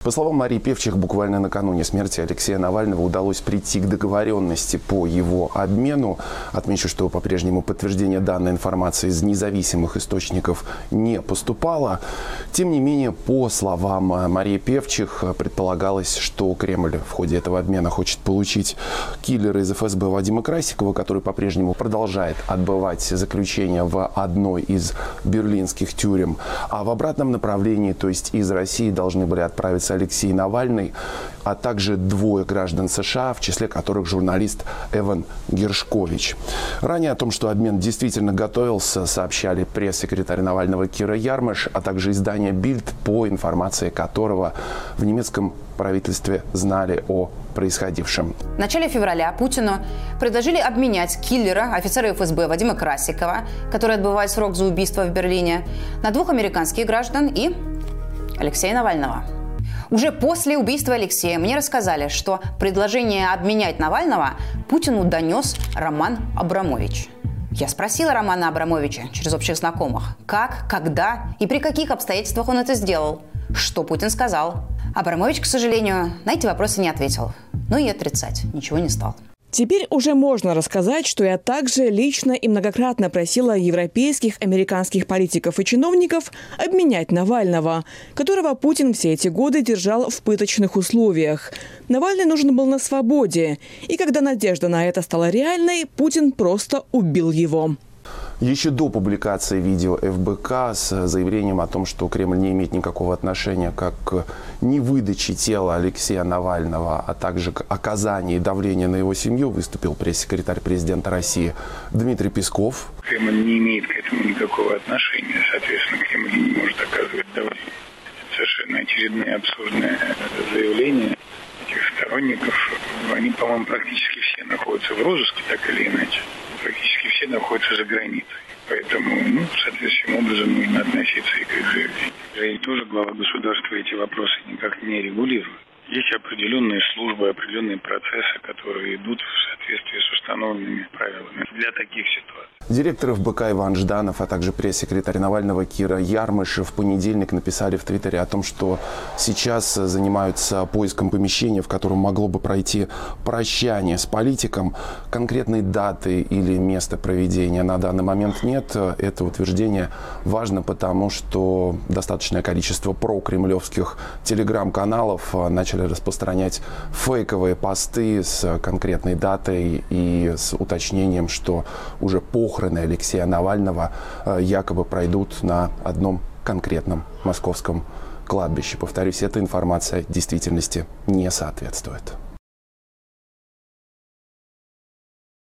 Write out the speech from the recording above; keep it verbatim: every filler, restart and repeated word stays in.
По словам Марии Певчих, буквально накануне смерти Алексея Навального удалось прийти к договоренности по его обмену. Отмечу, что по-прежнему подтверждение данной информации из независимых источников не поступало. Тем не менее, по словам Марии Певчих, предполагалось, что Кремль в ходе этого обмена хочет получить киллера из эф эс бэ Вадима Красикова, который по-прежнему продолжает отбывать заключение в одной из берлинских тюрем. А в обратном направлении, то есть из России, должны были отправиться Алексей Навальный, а также двое граждан США, в числе которых журналист Эван Гершкович. Ранее о том, что обмен действительно готовился, сообщали пресс-секретарь Навального Кира Ярмыш, а также издание «Бильд», по информации которого в немецком правительстве знали о происходившем. В начале февраля Путину предложили обменять киллера, офицера эф эс бэ Вадима Красикова, который отбывает срок за убийство в Берлине, на двух американских граждан и Алексея Навального. Уже после убийства Алексея мне рассказали, что предложение обменять Навального Путину донес Роман Абрамович. Я спросила Романа Абрамовича через общих знакомых, как, когда и при каких обстоятельствах он это сделал. Что Путин сказал? Абрамович, к сожалению, на эти вопросы не ответил. Ну и отрицать ничего не стал. Теперь уже можно рассказать, что я также лично и многократно просила европейских, американских политиков и чиновников обменять Навального, которого Путин все эти годы держал в пыточных условиях. Навальный нужен был на свободе. И когда надежда на это стала реальной, Путин просто убил его. Еще до публикации видео эф бэ ка с заявлением о том, что Кремль не имеет никакого отношения как к невыдаче тела Алексея Навального, а также к оказанию давления на его семью, выступил пресс-секретарь президента России Дмитрий Песков. Кремль не имеет к этому никакого отношения, соответственно, Кремль не может оказывать давление. Это совершенно очередное абсурдное заявление этих сторонников. Они, по-моему, практически все находятся в розыске, так или иначе. Практически все находятся за границей. Поэтому, ну, соответствующим образом нужно относиться и к их заявлению. И тоже глава государства эти вопросы никак не регулирует. Есть определенные службы, определенные процессы, которые идут в соответствии с установленными правилами для таких ситуаций. Директор эф бэ ка Иван Жданов, а также пресс-секретарь Навального Кира Ярмыш в понедельник написали в Твиттере о том, что сейчас занимаются поиском помещения, в котором могло бы пройти прощание с политиком. Конкретной даты или места проведения на данный момент нет. Это утверждение важно, потому что достаточное количество прокремлевских телеграм-каналов начали распространять фейковые посты с конкретной датой и с уточнением, что уже похороны Алексея Навального якобы пройдут на одном конкретном московском кладбище. Повторюсь, эта информация действительности не соответствует.